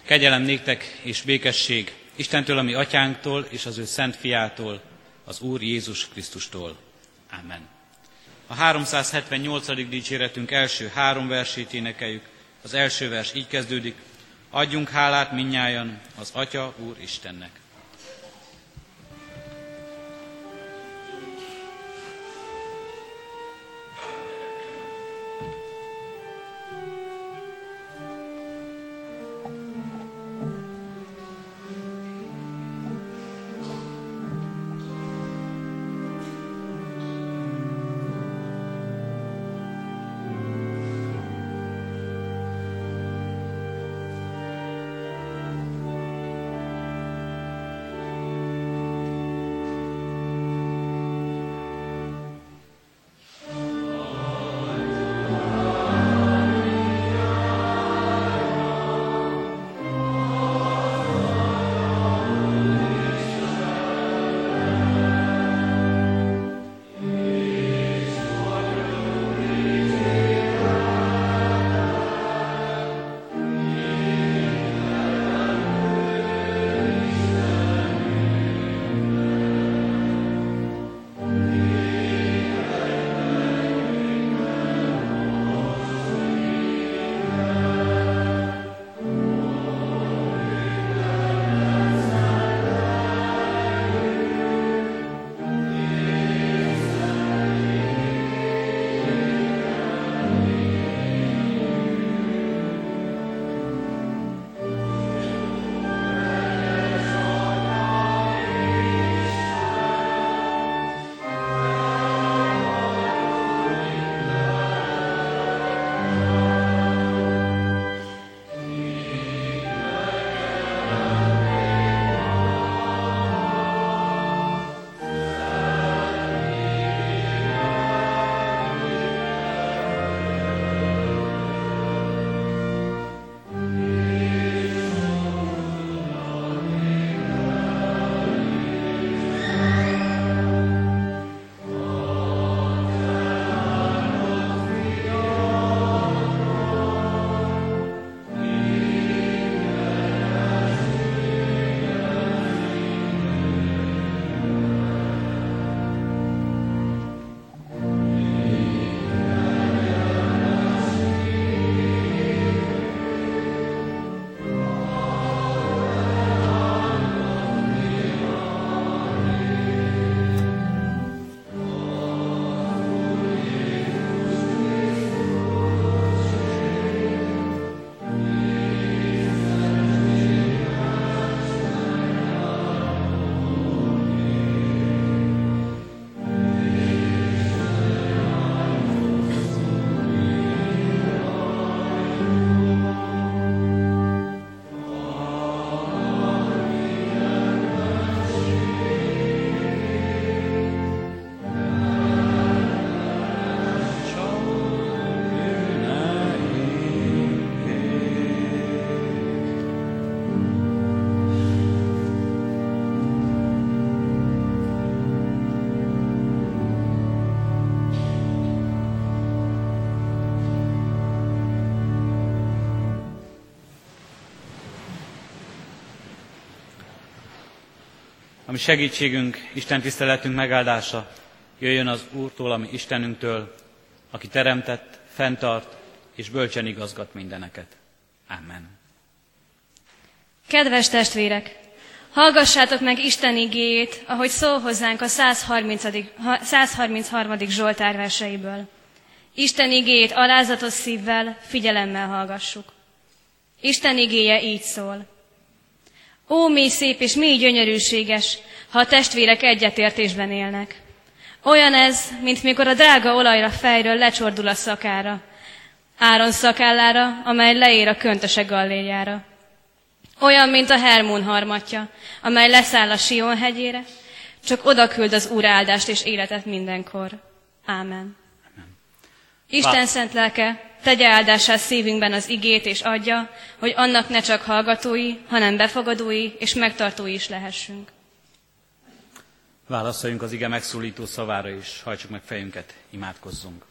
Kegyelem néktek és békesség Istentől, a mi atyánktól és az ő szent fiától, az Úr Jézus Krisztustól. Amen. A 378. dicséretünk első 3 versét énekeljük. Az első vers így kezdődik: adjunk hálát mindnyájan az Atya Úr Istennek. Ami segítségünk, Isten tiszteletünk megáldása jöjjön az Úrtól, ami Istenünktől, aki teremtett, fenntart és bölcsen igazgat mindeneket. Amen. Kedves testvérek, hallgassátok meg Isten igéjét, ahogy szól hozzánk a 133. Zsoltár verseiből. Isten igéjét alázatos szívvel, figyelemmel hallgassuk. Isten igéje így szól. Ó, mi szép és mi gyönyörűséges, ha a testvérek egyetértésben élnek. Olyan ez, mint mikor a drága olajra fejről lecsordul a szakára, Áron szakállára, amely leér a köntöse gallérjára. Olyan, mint a Hermón harmatja, amely leszáll a Sion hegyére, csak oda küld az Úr áldást és életet mindenkor. Ámen. Isten szent lelke tegye áldássá szívünkben az igét, és adja, hogy annak ne csak hallgatói, hanem befogadói és megtartói is lehessünk. Válaszoljunk az ige megszólító szavára, és hajtsuk meg fejünket, imádkozzunk.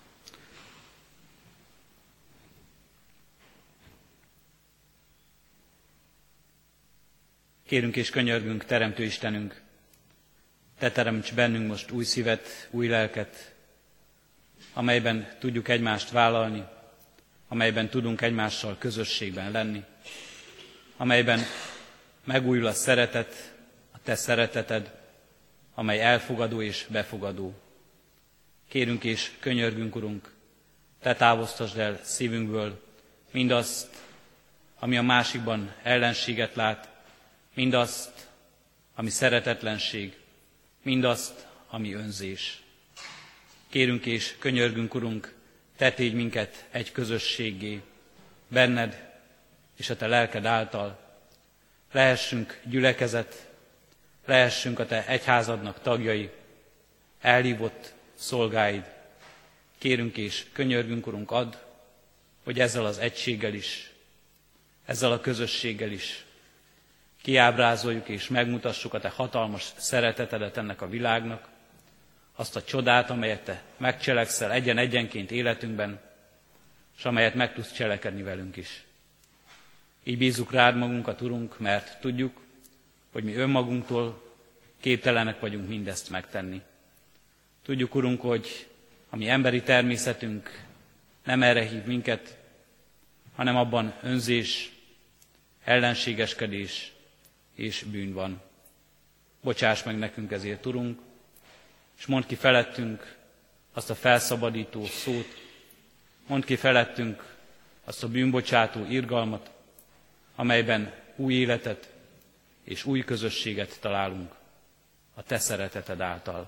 Kérünk és könyörgünk, Teremtő Istenünk, Te teremts bennünk most új szívet, új lelket, amelyben tudjuk egymást vállalni, amelyben tudunk egymással közösségben lenni, amelyben megújul a szeretet, a Te szereteted, amely elfogadó és befogadó. Kérünk és könyörgünk, Urunk, Te távoztasd el szívünkből mindazt, ami a másikban ellenséget lát, mindazt, ami szeretetlenség, mindazt, ami önzés. Kérünk és könyörgünk, Urunk, Te tégy minket egy közösséggé, benned és a Te lelked által. Lehessünk gyülekezet, lehessünk a Te egyházadnak tagjai, elhívott szolgáid. Kérünk és könyörgünk, Urunk, add, hogy ezzel az egységgel is, ezzel a közösséggel is kiábrázoljuk és megmutassuk a Te hatalmas szeretetedet ennek a világnak, azt a csodát, amelyet Te megcselekszel egyenként életünkben, és amelyet meg tudsz cselekedni velünk is. Így bízzuk rád magunkat, Urunk, mert tudjuk, hogy mi önmagunktól képtelenek vagyunk mindezt megtenni. Tudjuk, Urunk, hogy a mi emberi természetünk nem erre hív minket, hanem abban önzés, ellenségeskedés és bűn van. Bocsáss meg nekünk ezért, Urunk, és mondd ki felettünk azt a felszabadító szót, mondd ki felettünk azt a bűnbocsátó irgalmat, amelyben új életet és új közösséget találunk a Te szereteted által.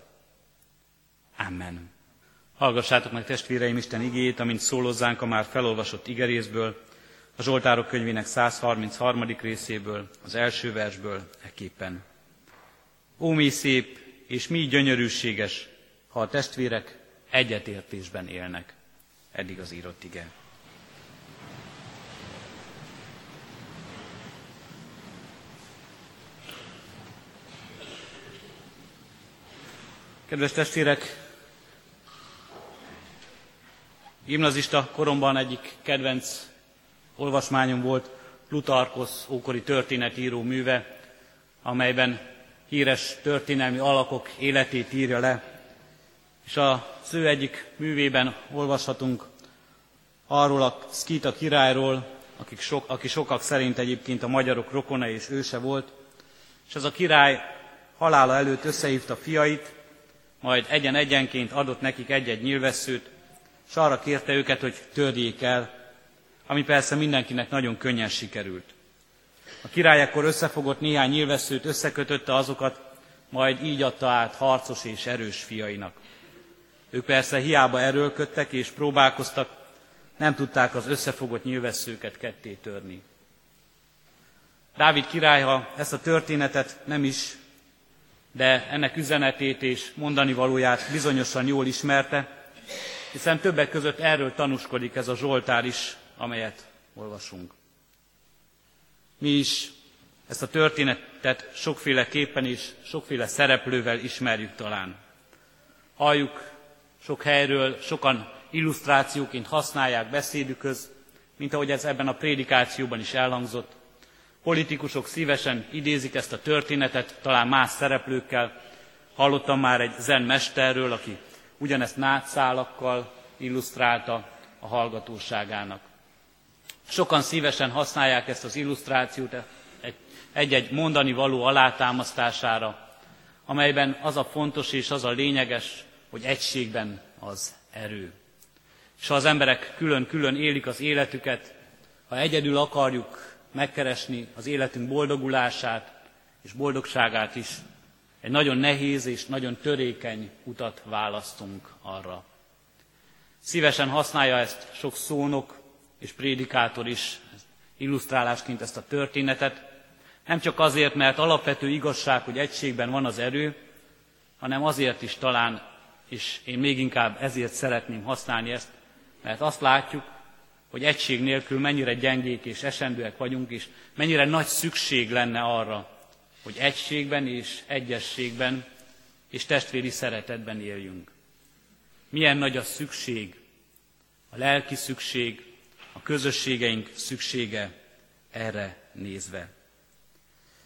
Amen. Hallgassátok meg, testvéreim, Isten igéjét, amint szól hozzánk a már felolvasott igerészből, a Zsoltárok könyvének 133. részéből, az első versből ekképpen. Ó, mi szép és mi gyönyörűséges, ha a testvérek egyetértésben élnek. Eddig az írott ige. Kedves testvérek, gimnazista koromban egyik kedvenc olvasmányom volt Plutarkosz ókori történetíró műve, amelyben híres történelmi alakok életét írja le, és az ő egyik művében olvashatunk arról a Szkíta királyról, aki sokak szerint egyébként a magyarok rokona és őse volt, és ez a király halála előtt összehívta fiait, majd egyenként adott nekik egy-egy nyilvesszőt, és arra kérte őket, hogy törjék el, ami persze mindenkinek nagyon könnyen sikerült. A király ekkor összefogott néhány nyilvesszőt, összekötötte azokat, majd így adta át harcos és erős fiainak. Ők persze hiába erőlködtek és próbálkoztak, nem tudták az összefogott nyilvesszőket ketté törni. Dávid király, ha ezt a történetet nem is, de ennek üzenetét és mondani valóját bizonyosan jól ismerte, hiszen többek között erről tanúskodik ez a Zsoltár is, amelyet olvasunk. Mi is ezt a történetet sokféleképpen és sokféle szereplővel ismerjük talán. Halljuk sok helyről, sokan illusztrációként használják beszédükhöz, mint ahogy ez ebben a prédikációban is elhangzott. Politikusok szívesen idézik ezt a történetet, talán más szereplőkkel. Hallottam már egy zen mesterről, aki ugyanezt nátszálakkal illusztrálta a hallgatóságának. Sokan szívesen használják ezt az illusztrációt egy-egy mondani való alátámasztására, amelyben az a fontos és az a lényeges, hogy egységben az erő. És ha az emberek külön-külön élik az életüket, ha egyedül akarjuk megkeresni az életünk boldogulását és boldogságát is, egy nagyon nehéz és nagyon törékeny utat választunk arra. Szívesen használja ezt sok szónok és prédikátor is illusztrálásként ezt a történetet, nem csak azért, mert alapvető igazság, hogy egységben van az erő, hanem azért is talán, és én még inkább ezért szeretném használni ezt, mert azt látjuk, hogy egység nélkül mennyire gyengék és esendőek vagyunk, és mennyire nagy szükség lenne arra, hogy egységben és egyességben és testvéri szeretetben éljünk. Milyen nagy a szükség, a lelki szükség, a közösségeink szüksége erre nézve.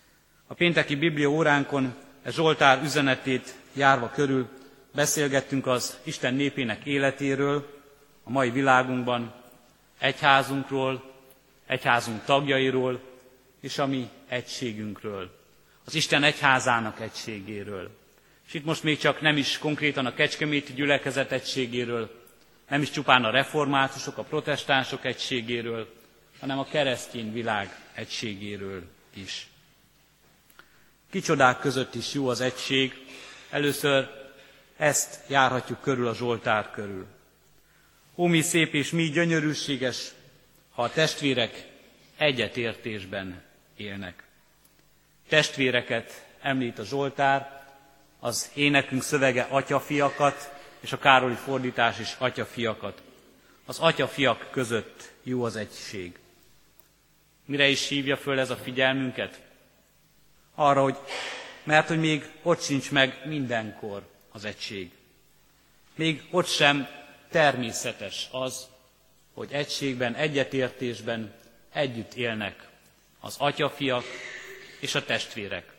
A pénteki Biblia óránkon Zsoltár üzenetét járva körül beszélgettünk az Isten népének életéről, a mai világunkban, egyházunkról, egyházunk tagjairól és a mi egységünkről, az Isten egyházának egységéről. És itt most még csak nem is konkrétan a kecskeméti gyülekezet egységéről, nem is csupán a reformátusok, a protestánsok egységéről, hanem a keresztény világ egységéről is. Kicsodák között is jó az egység. Először ezt járhatjuk körül a Zsoltár körül. Ó, mi szép és mi gyönyörűséges, ha a testvérek egyetértésben élnek. Testvéreket említ a Zsoltár, az énekünk szövege atyafiakat, és a Károli fordítás is atyafiakat. Az atyafiak között jó az egység. Mire is hívja föl ez a figyelmünket? Arra, hogy még ott sincs meg mindenkor az egység. Még ott sem természetes az, hogy egységben, egyetértésben együtt élnek az atyafiak és a testvérek,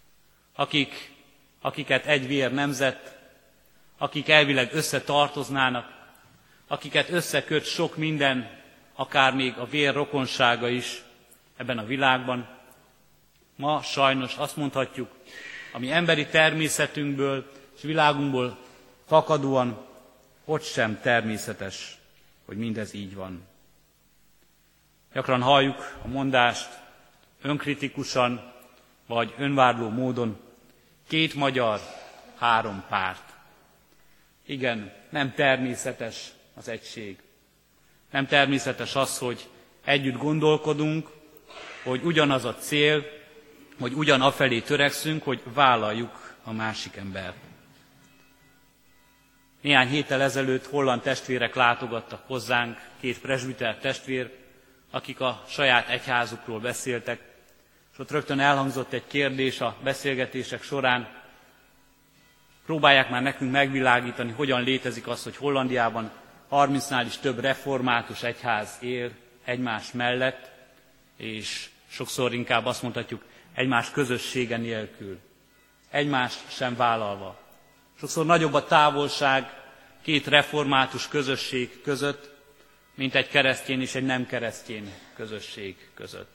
akiket egy vér nemzet, akik elvileg összetartoznának, akiket összeköt sok minden, akár még a vér rokonsága is ebben a világban. Ma sajnos azt mondhatjuk, ami emberi természetünkből és világunkból fakadóan, ott sem természetes, hogy mindez így van. Gyakran halljuk a mondást önkritikusan vagy önvádló módon: 2 magyar, 3 párt. Igen, nem természetes az egység. Nem természetes az, hogy együtt gondolkodunk, hogy ugyanaz a cél, hogy ugyanafelé törekszünk, hogy vállaljuk a másik embert. Néhány héttel ezelőtt holland testvérek látogattak hozzánk, 2 presbiter testvér, akik a saját egyházukról beszéltek, és ott rögtön elhangzott egy kérdés a beszélgetések során. Próbálják már nekünk megvilágítani, hogyan létezik az, hogy Hollandiában 30-nál is több református egyház él egymás mellett, és sokszor inkább azt mondhatjuk, egymás közössége nélkül, egymást sem vállalva. Sokszor nagyobb a távolság 2 református közösség között, mint egy keresztény és egy nem keresztény közösség között.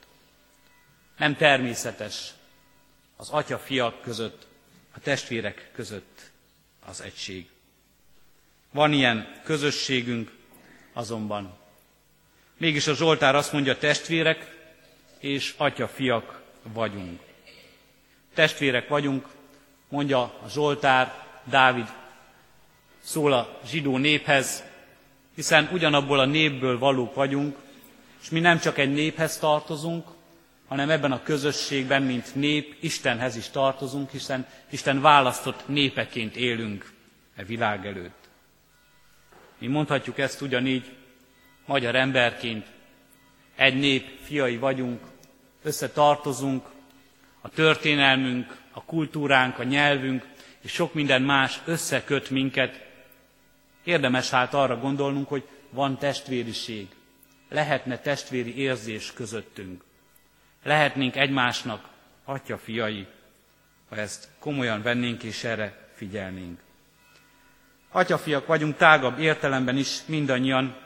Nem természetes az atya-fiak között, a testvérek között az egység. Van ilyen közösségünk azonban. Mégis a Zsoltár azt mondja, testvérek és atya-fiak vagyunk. Testvérek vagyunk, mondja a Zsoltár, Dávid szól a zsidó néphez, hiszen ugyanabból a népből valók vagyunk, és mi nem csak egy néphez tartozunk, hanem ebben a közösségben, mint nép, Istenhez is tartozunk, hiszen Isten választott népeként élünk e világ előtt. Mi mondhatjuk ezt ugyanígy, magyar emberként, egy nép fiai vagyunk, összetartozunk, a történelmünk, a kultúránk, a nyelvünk és sok minden más összeköt minket. Érdemes hát arra gondolnunk, hogy van testvériség, lehetne testvéri érzés közöttünk. Lehetnénk egymásnak atya-fiai, ha ezt komolyan vennénk és erre figyelnénk. Atya-fiak vagyunk tágabb értelemben is mindannyian,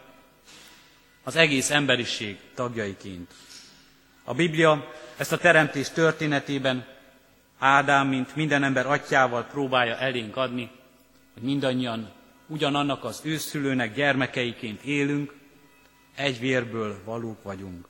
az egész emberiség tagjaiként. A Biblia ezt a teremtés történetében Ádám, mint minden ember atyjával próbálja elénk adni, hogy mindannyian ugyanannak az ősszülőnek gyermekeiként élünk, egy vérből valók vagyunk.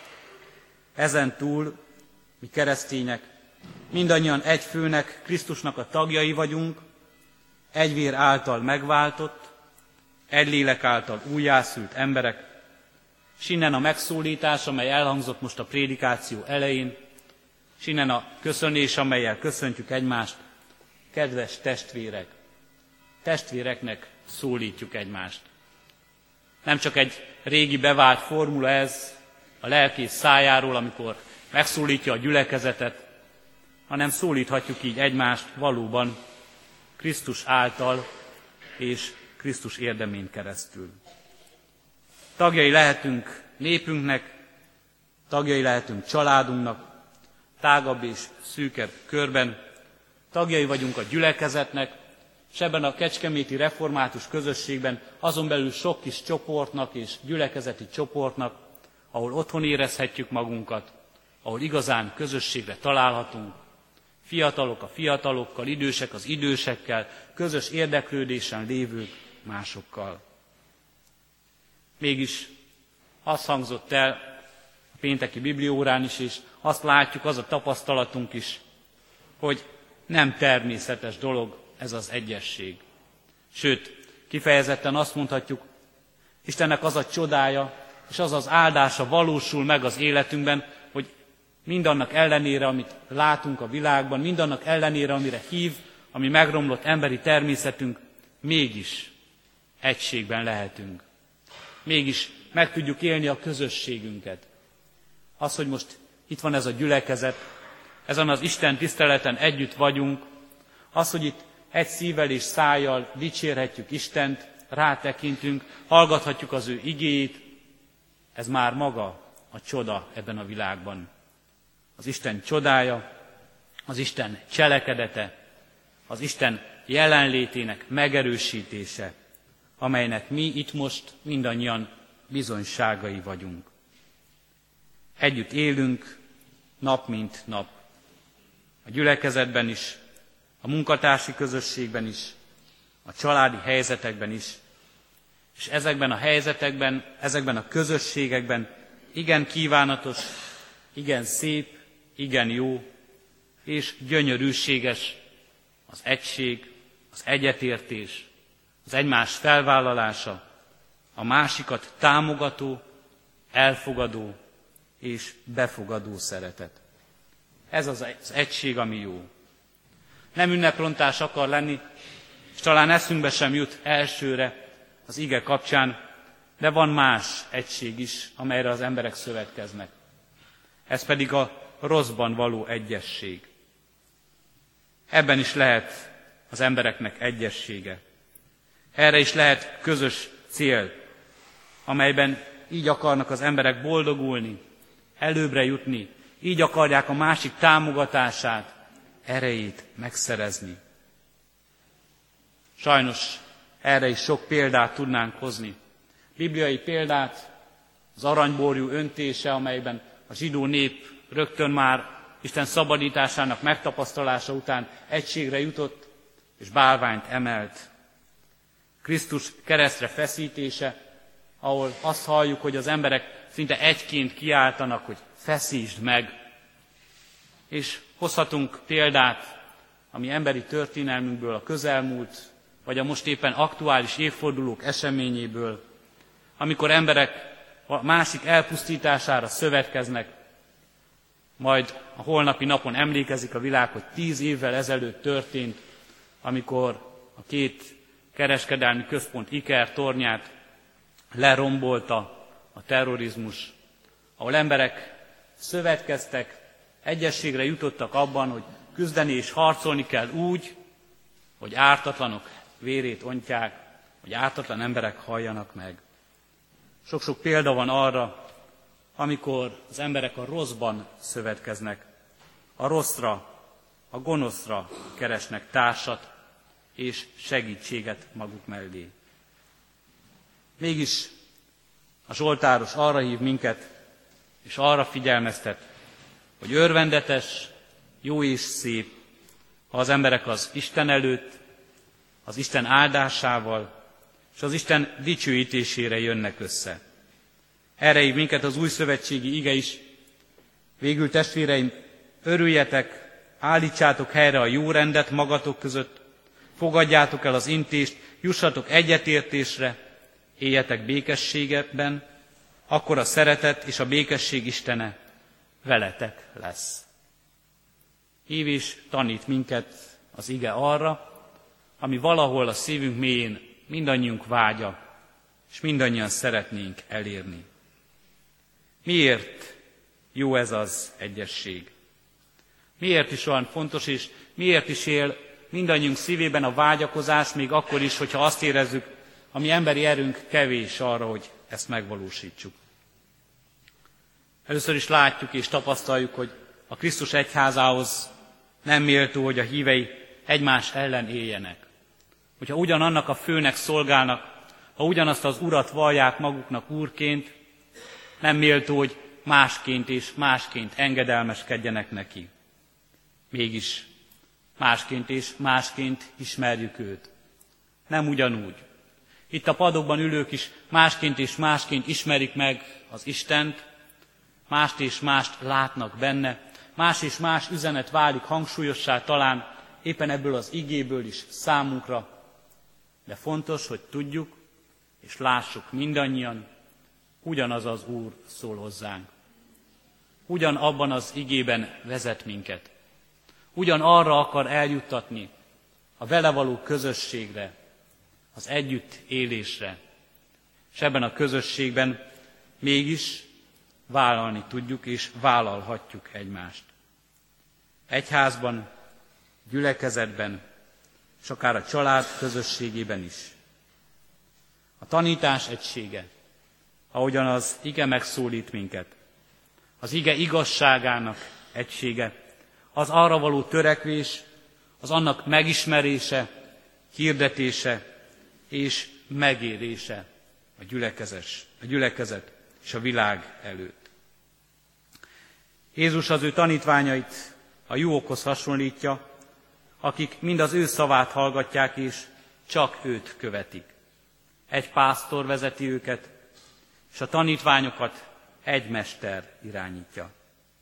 Ezen túl mi keresztények mindannyian egy főnek, Krisztusnak a tagjai vagyunk, egy vér által megváltott, egy lélek által újjászült emberek, és innen a megszólítás, amely elhangzott most a prédikáció elején, és innen a köszönés, amellyel köszöntjük egymást, kedves testvérek, testvéreknek szólítjuk egymást. Nem csak egy régi bevált formula ez a lelkész szájáról, amikor megszólítja a gyülekezetet, hanem szólíthatjuk így egymást valóban Krisztus által és Krisztus érdemén keresztül. Tagjai lehetünk népünknek, tagjai lehetünk családunknak, tágabb és szűkebb körben. Tagjai vagyunk a gyülekezetnek, és ebben a kecskeméti református közösségben azon belül sok kis csoportnak és gyülekezeti csoportnak, ahol otthon érezhetjük magunkat, ahol igazán közösségre találhatunk, fiatalok a fiatalokkal, idősek az idősekkel, közös érdeklődésen lévők másokkal. Mégis azt hangzott el a pénteki bibliaórán is, és azt látjuk, az a tapasztalatunk is, hogy nem természetes dolog ez az egyesség. Sőt, kifejezetten azt mondhatjuk, Istennek az a csodája, és az az áldása valósul meg az életünkben, hogy mindannak ellenére, amit látunk a világban, mindannak ellenére, amire hív, ami megromlott emberi természetünk, mégis egységben lehetünk. Mégis meg tudjuk élni a közösségünket. Az, hogy most itt van ez a gyülekezet, ezen az Isten tiszteleten együtt vagyunk, az, hogy itt egy szívvel és szájjal dicsérhetjük Istent, rátekintünk, hallgathatjuk az ő igéjét, ez már maga a csoda ebben a világban. Az Isten csodája, az Isten cselekedete, az Isten jelenlétének megerősítése, amelynek mi itt most mindannyian bizonyságai vagyunk. Együtt élünk nap mint nap. A gyülekezetben is, a munkatársi közösségben is, a családi helyzetekben is, és ezekben a helyzetekben, ezekben a közösségekben igen kívánatos, igen szép, igen jó és gyönyörűséges az egység, az egyetértés, az egymás felvállalása, a másikat támogató, elfogadó és befogadó szeretet. Ez az egység, ami jó. Nem ünneprontás akar lenni, és talán eszünkbe sem jut elsőre az ige kapcsán, de van más egység is, amelyre az emberek szövetkeznek. Ez pedig a rosszban való egyesség. Ebben is lehet az embereknek egyessége. Erre is lehet közös cél, amelyben így akarnak az emberek boldogulni, előbbre jutni, így akarják a másik támogatását, erejét megszerezni. Sajnos erre is sok példát tudnánk hozni. Bibliai példát, az aranyborjú öntése, amelyben a zsidó nép rögtön már Isten szabadításának megtapasztalása után egységre jutott, és bálványt emelt. Krisztus keresztre feszítése, ahol azt halljuk, hogy az emberek szinte egyként kiáltanak, hogy feszítsd meg. És hozhatunk példát, ami emberi történelmünkből, a közelmúlt, vagy a most éppen aktuális évfordulók eseményéből, amikor emberek a másik elpusztítására szövetkeznek, majd a holnapi napon emlékezik a világ, hogy 10 évvel ezelőtt történt, amikor a két kereskedelmi központ ikertornyát lerombolta a terrorizmus, ahol emberek szövetkeztek, egyességre jutottak abban, hogy küzdeni és harcolni kell úgy, hogy ártatlanok vérét ontják, hogy ártatlan emberek halljanak meg. Sok-sok példa van arra, amikor az emberek a rosszban szövetkeznek, a rosszra, a gonoszra keresnek társat és segítséget maguk mellé. Mégis a zsoltáros arra hív minket, és arra figyelmeztet, hogy örvendetes, jó és szép, ha az emberek az Isten előtt, az Isten áldásával és az Isten dicsőítésére jönnek össze. Erre hív minket az újszövetségi ige is. Végül, testvéreim, örüljetek, állítsátok helyre a jó rendet magatok között, fogadjátok el az intést, jussatok egyetértésre, éljetek békességben, akkor a szeretet és a békesség Istene veletek lesz. Hív és tanít minket az ige arra, ami valahol a szívünk mélyén mindannyiunk vágya, és mindannyian szeretnénk elérni. Miért jó ez az egyesség? Miért is olyan fontos, és miért is él mindannyiunk szívében a vágyakozás, még akkor is, hogyha azt érezzük, a mi emberi erőnk kevés arra, hogy ezt megvalósítsuk. Először is látjuk és tapasztaljuk, hogy a Krisztus egyházához nem méltó, hogy a hívei egymás ellen éljenek. Hogyha ugyanannak a főnek szolgálnak, ha ugyanazt az Urat vallják maguknak úrként, nem méltó, hogy másként és másként engedelmeskedjenek neki. Mégis másként és másként ismerjük őt. Nem ugyanúgy. Itt a padokban ülők is másként és másként ismerik meg az Istent, mást és mást látnak benne, más és más üzenet válik hangsúlyossá talán éppen ebből az igéből is számunkra, de fontos, hogy tudjuk és lássuk mindannyian, ugyanaz az Úr szól hozzánk. Ugyanabban az igében vezet minket. Ugyanarra akar eljuttatni, a vele való közösségre, az együtt élésre. És ebben a közösségben mégis vállalni tudjuk és vállalhatjuk egymást. Egyházban, gyülekezetben, és akár a család közösségében is. A tanítás egysége, ahogyan az ige megszólít minket, az ige igazságának egysége, az arra való törekvés, az annak megismerése, hirdetése és megérése a gyülekezet és a világ előtt. Jézus az ő tanítványait a juhokhoz hasonlítja, akik mind az ő szavát hallgatják és csak őt követik. Egy pásztor vezeti őket, és a tanítványokat egy mester irányítja.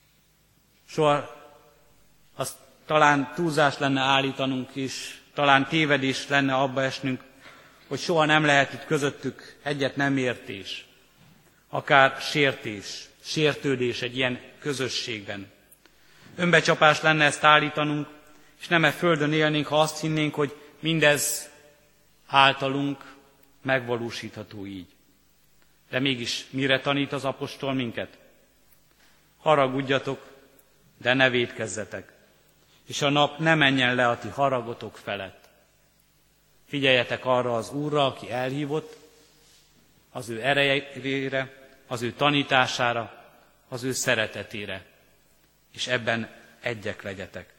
Soha azt talán túlzás lenne állítanunk, és talán tévedés lenne abba esnünk, hogy soha nem lehet itt közöttük egyet nem értés, akár sértés, sértődés egy ilyen közösségben. Önbecsapás lenne ezt állítanunk, és nem e földön élnénk, ha azt hinnénk, hogy mindez általunk megvalósítható így. De mégis mire tanít az apostol minket? Haragudjatok, de ne vétkezzetek, és a nap ne menjen le a ti haragotok felett. Figyeljetek arra az Úrra, aki elhívott, az ő erejére, az ő tanítására, az ő szeretetére, és ebben egyek legyetek.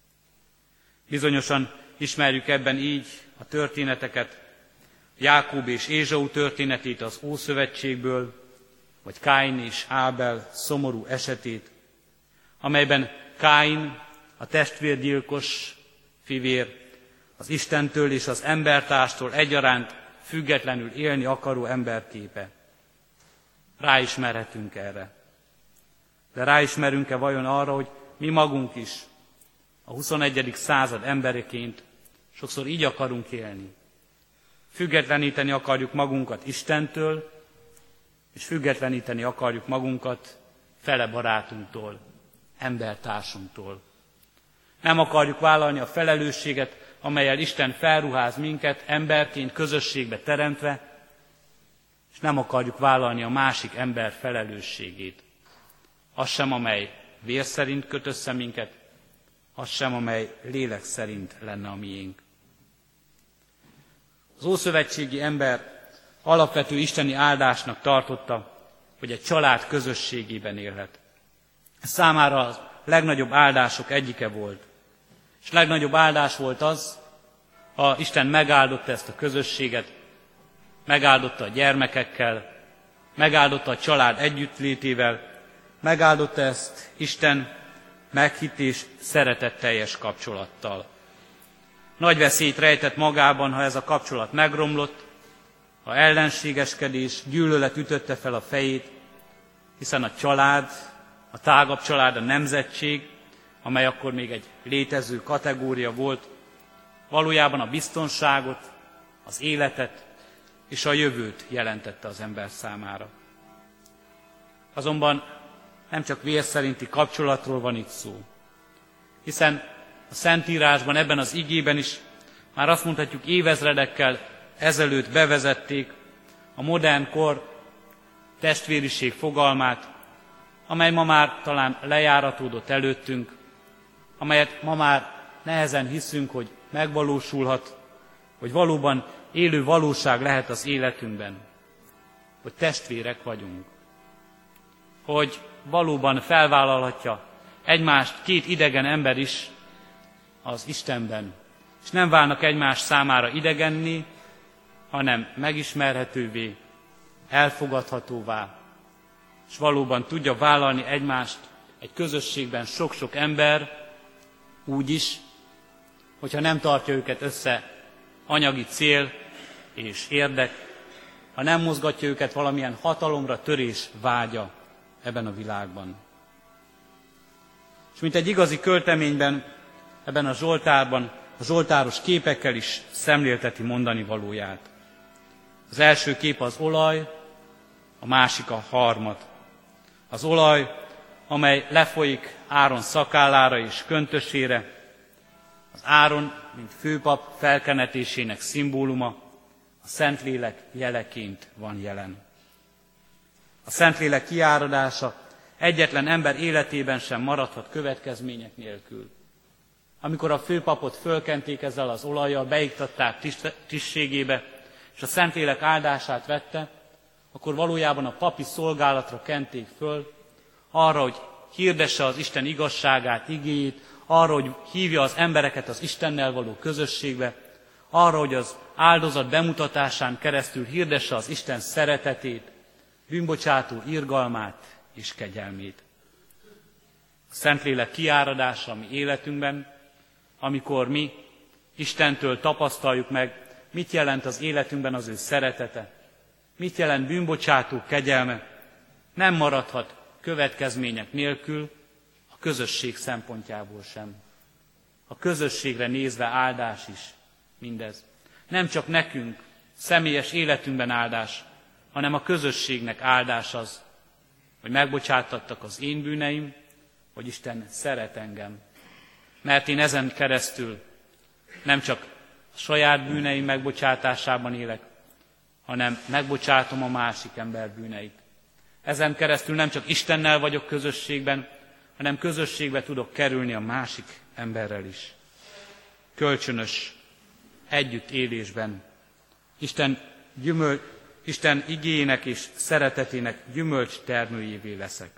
Bizonyosan ismerjük ebben így a történeteket, Jákob és Ézsau történetét az Ószövetségből, vagy Káin és Ábel szomorú esetét, amelyben Káin, a testvérgyilkos fivér, az Istentől és az embertárstól egyaránt függetlenül élni akaró emberképe. Ráismerhetünk erre. De ráismerünk-e vajon arra, hogy mi magunk is a 21. század embereként sokszor így akarunk élni. Függetleníteni akarjuk magunkat Istentől, és függetleníteni akarjuk magunkat fele barátunktól, embertársunktól. Nem akarjuk vállalni a felelősséget, amellyel Isten felruház minket emberként, közösségbe teremtve, és nem akarjuk vállalni a másik ember felelősségét. Az sem, amely vér szerint köt össze minket, az sem, amely lélek szerint lenne a miénk. Az ószövetségi ember alapvető isteni áldásnak tartotta, hogy egy család közösségében élhet. Ez számára a legnagyobb áldások egyike volt. És legnagyobb áldás volt az, ha Isten megáldotta ezt a közösséget, megáldotta a gyermekekkel, megáldotta a család együttlétével, megáldotta ezt Isten meghitt és szeretetteljes kapcsolattal. Nagy veszélyt rejtett magában, ha ez a kapcsolat megromlott, ha ellenségeskedés, gyűlölet ütötte fel a fejét, hiszen a család, a tágabb család, a nemzetség, amely akkor még egy létező kategória volt, valójában a biztonságot, az életet és a jövőt jelentette az ember számára. Azonban nem csak vér szerinti kapcsolatról van itt szó, hiszen a Szentírásban, ebben az igében is már azt mondhatjuk, évezredekkel ezelőtt bevezették a modern kor testvériség fogalmát, amely ma már talán lejáratódott előttünk, amelyet ma már nehezen hiszünk, hogy megvalósulhat, hogy valóban élő valóság lehet az életünkben, hogy testvérek vagyunk, hogy valóban felvállalhatja egymást két idegen ember is az Istenben. És nem válnak egymás számára idegenni, hanem megismerhetővé, elfogadhatóvá, és valóban tudja vállalni egymást egy közösségben sok-sok ember úgy is, hogyha nem tartja őket össze anyagi cél és érdek, ha nem mozgatja őket valamilyen hatalomra törés vágya ebben a világban. És mint egy igazi költeményben, ebben a Zsoltárban, a zsoltáros képekkel is szemlélteti mondani valóját. Az első kép az olaj, a másik a harmat. Az olaj, amely lefolyik Áron szakállára és köntösére, az Áron, mint főpap felkenetésének szimbóluma, a Szentlélek jeleként van jelen. A Szentlélek kiáradása egyetlen ember életében sem maradhat következmények nélkül. Amikor a főpapot fölkenték ezzel az olajjal, beiktatták tisztségébe, és a Szentlélek áldását vette, akkor valójában a papi szolgálatra kenték föl, arra, hogy hirdesse az Isten igazságát, igéjét, arra, hogy hívja az embereket az Istennel való közösségbe, arra, hogy az áldozat bemutatásán keresztül hirdesse az Isten szeretetét, bűnbocsátó irgalmát és kegyelmét. A Szentlélek kiáradása a mi életünkben, amikor mi Istentől tapasztaljuk meg, mit jelent az életünkben az ő szeretete, mit jelent bűnbocsátó kegyelme, nem maradhat következmények nélkül a közösség szempontjából sem. A közösségre nézve áldás is mindez. Nem csak nekünk, személyes életünkben áldás, hanem a közösségnek áldás az, hogy megbocsátattak az én bűneim, hogy Isten szeret engem. Mert én ezen keresztül nem csak a saját bűneim megbocsátásában élek, hanem megbocsátom a másik ember bűneit. Ezen keresztül nem csak Istennel vagyok közösségben, hanem közösségbe tudok kerülni a másik emberrel is. Kölcsönös együttélésben Isten igéjének és szeretetének gyümölcs termőjévé leszek.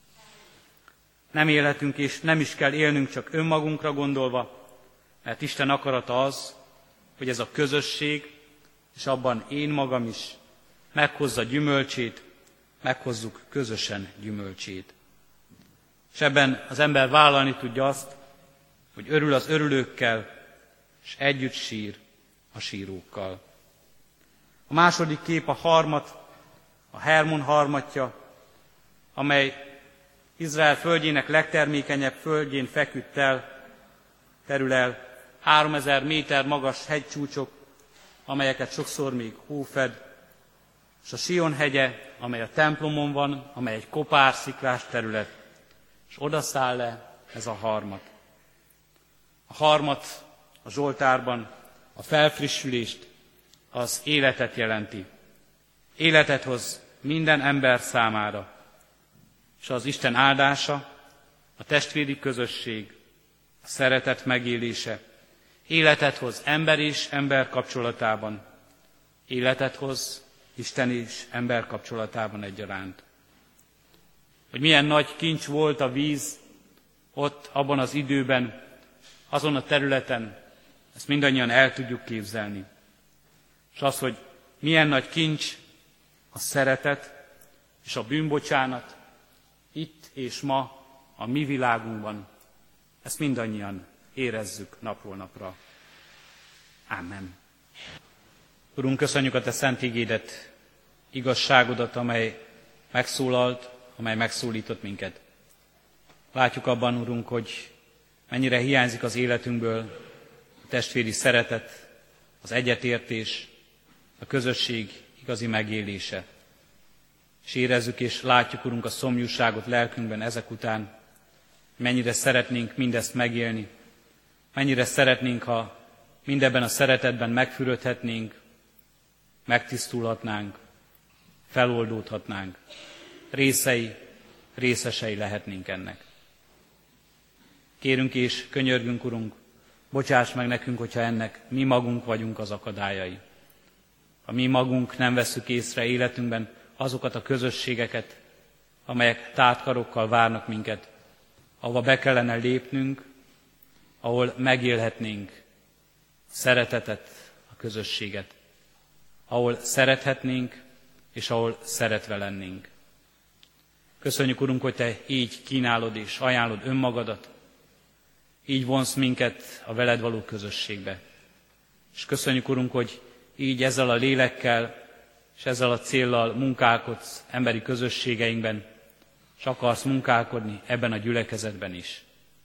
Nem élhetünk és nem is kell élnünk csak önmagunkra gondolva, mert Isten akarata az, hogy ez a közösség, és abban én magam is meghozza gyümölcsét, meghozzuk közösen gyümölcsét. És ebben az ember vállalni tudja azt, hogy örül az örülőkkel, és együtt sír a sírókkal. A második kép a harmat, a Hermon harmatja, amely Izrael földjének legtermékenyebb földjén feküdt el, terül el 3000 méter magas hegycsúcsok, amelyeket sokszor még hó fed, és a Sion hegye, amely a templomon van, amely egy kopársziklás terület, és oda száll le ez a harmat. A harmat a Zsoltárban a felfrissülést, az életet jelenti. Életet hoz minden ember számára, és az Isten áldása, a testvéri közösség, a szeretet megélése, életet hoz ember és ember kapcsolatában, életet hoz Isten és ember kapcsolatában egyaránt. Hogy milyen nagy kincs volt a víz ott, abban az időben, azon a területen, ezt mindannyian el tudjuk képzelni. És az, hogy milyen nagy kincs a szeretet és a bűnbocsánat itt és ma a mi világunkban, ezt mindannyian érezzük napról napra. Ámen. Urunk, köszönjük a Te szent igédet, igazságodat, amely megszólalt, amely megszólított minket. Látjuk abban, Urunk, hogy mennyire hiányzik az életünkből a testvéri szeretet, az egyetértés, a közösség igazi megélése. És érezzük és látjuk, Urunk, a szomjúságot lelkünkben ezek után, mennyire szeretnénk mindezt megélni, mennyire szeretnénk, ha mindebben a szeretetben megfürödhetnénk, megtisztulhatnánk, feloldódhatnánk, részesei lehetnénk ennek. Kérünk és könyörgünk, Urunk, bocsáss meg nekünk, hogyha ennek mi magunk vagyunk az akadályai. Ha mi magunk nem vesszük észre életünkben azokat a közösségeket, amelyek tártkarokkal várnak minket, ahova be kellene lépnünk, ahol megélhetnénk szeretetet, a közösséget, ahol szerethetnénk, és ahol szeretve lennénk. Köszönjük, Urunk, hogy Te így kínálod és ajánlod önmagadat, így vonsz minket a veled való közösségbe. És köszönjük, Urunk, hogy így ezzel a lélekkel és ezzel a céllal munkálkodsz emberi közösségeinkben, és akarsz munkálkodni ebben a gyülekezetben is.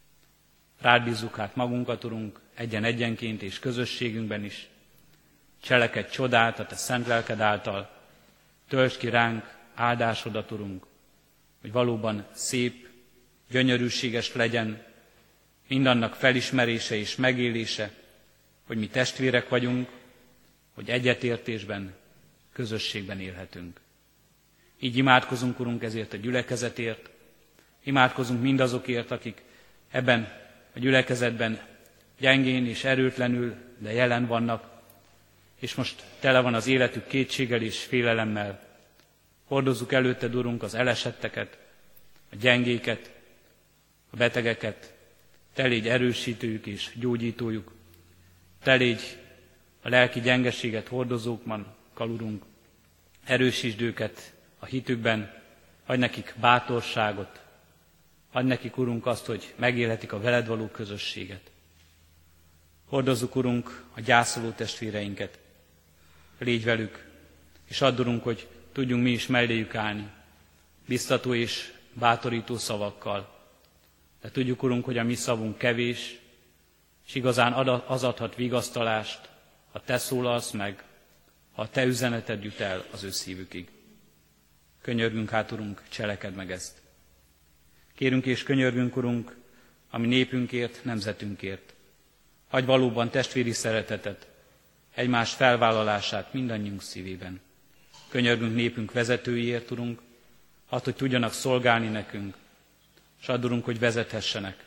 Rád bízzuk hát magunkat, Urunk, egyen-egyenként és közösségünkben is. Cselekedj csodát a Te szent lelked által, töltsd ki ránk áldásodat, Urunk, hogy valóban szép, gyönyörűséges legyen mindannak felismerése és megélése, hogy mi testvérek vagyunk, hogy egyetértésben, közösségben élhetünk. Így imádkozunk, Urunk, ezért a gyülekezetért, imádkozunk mindazokért, akik ebben a gyülekezetben gyengén és erőtlenül, de jelen vannak, és most tele van az életük kétséggel és félelemmel. Hordozzuk előtted, Urunk, az elesetteket, a gyengéket, a betegeket, Te légy erősítőjük és gyógyítójuk, Te légy a lelki gyengeséget hordozókkal, Urunk, erősítsd őket a hitükben, adj nekik bátorságot, adj nekik, Urunk, azt, hogy megélhetik a veled való közösséget. Hordozzuk, Urunk, a gyászoló testvéreinket, légy velük, és add, Urunk, hogy tudjunk mi is melléjük állni, biztató és bátorító szavakkal. De tudjuk, Urunk, hogy a mi szavunk kevés, és igazán az adhat vigasztalást, ha Te szólalsz meg, ha a Te üzeneted jut el az ő szívükig. Könyörgünk hát, Urunk, cselekedd meg ezt. Kérünk és könyörgünk, Urunk, a mi népünkért, nemzetünkért. Adj valóban testvéri szeretetet, egymás felvállalását mindannyiunk szívében. Könyörgünk népünk vezetőiért, Urunk, add, hogy tudjanak szolgálni nekünk, és add, Urunk, hogy vezethessenek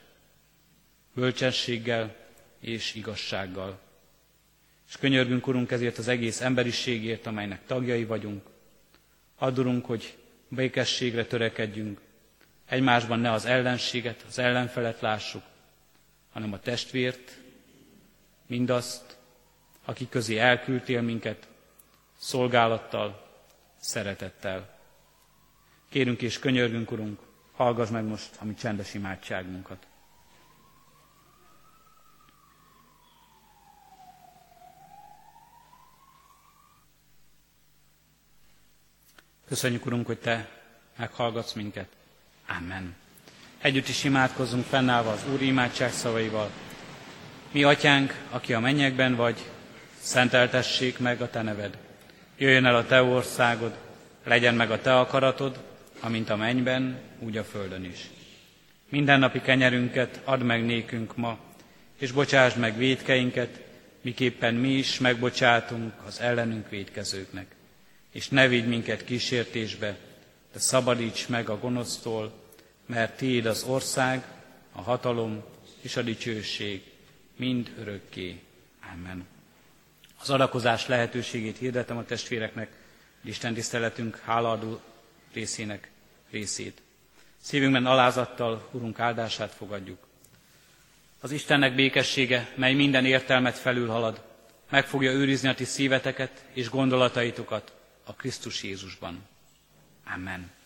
bölcsességgel és igazsággal. És könyörgünk, Urunk, ezért az egész emberiségért, amelynek tagjai vagyunk. Add, Urunk, hogy békességre törekedjünk, egymásban ne az ellenséget, az ellenfelet lássuk, hanem a testvért, mindazt, aki közé elküldtél minket, szolgálattal, szeretettel. Kérünk és könyörgünk, Urunk, hallgass meg most a mi csendes imádságunkat. Köszönjük, Urunk, hogy Te meghallgatsz minket. Amen. Együtt is imádkozzunk fennállva az Úr imádság szavaival. Mi Atyánk, aki a mennyekben vagy, szenteltessék meg a Te neved. Jöjjön el a Te országod, legyen meg a Te akaratod, amint a mennyben, úgy a földön is. Mindennapi kenyerünket add meg nékünk ma, és bocsásd meg vétkeinket, miképpen mi is megbocsátunk az ellenünk vétkezőknek. És ne vigy minket kísértésbe, de szabadíts meg a gonosztól, mert Tiéd az ország, a hatalom és a dicsőség mind örökké. Amen. Az adakozás lehetőségét hirdetem a testvéreknek, Isten tiszteletünk hálaadó részének részét. Szívünkben alázattal Urunk áldását fogadjuk. Az Istennek békessége, mely minden értelmet felülhalad, meg fogja őrizni a ti szíveteket és gondolataitokat a Krisztus Jézusban. Amen.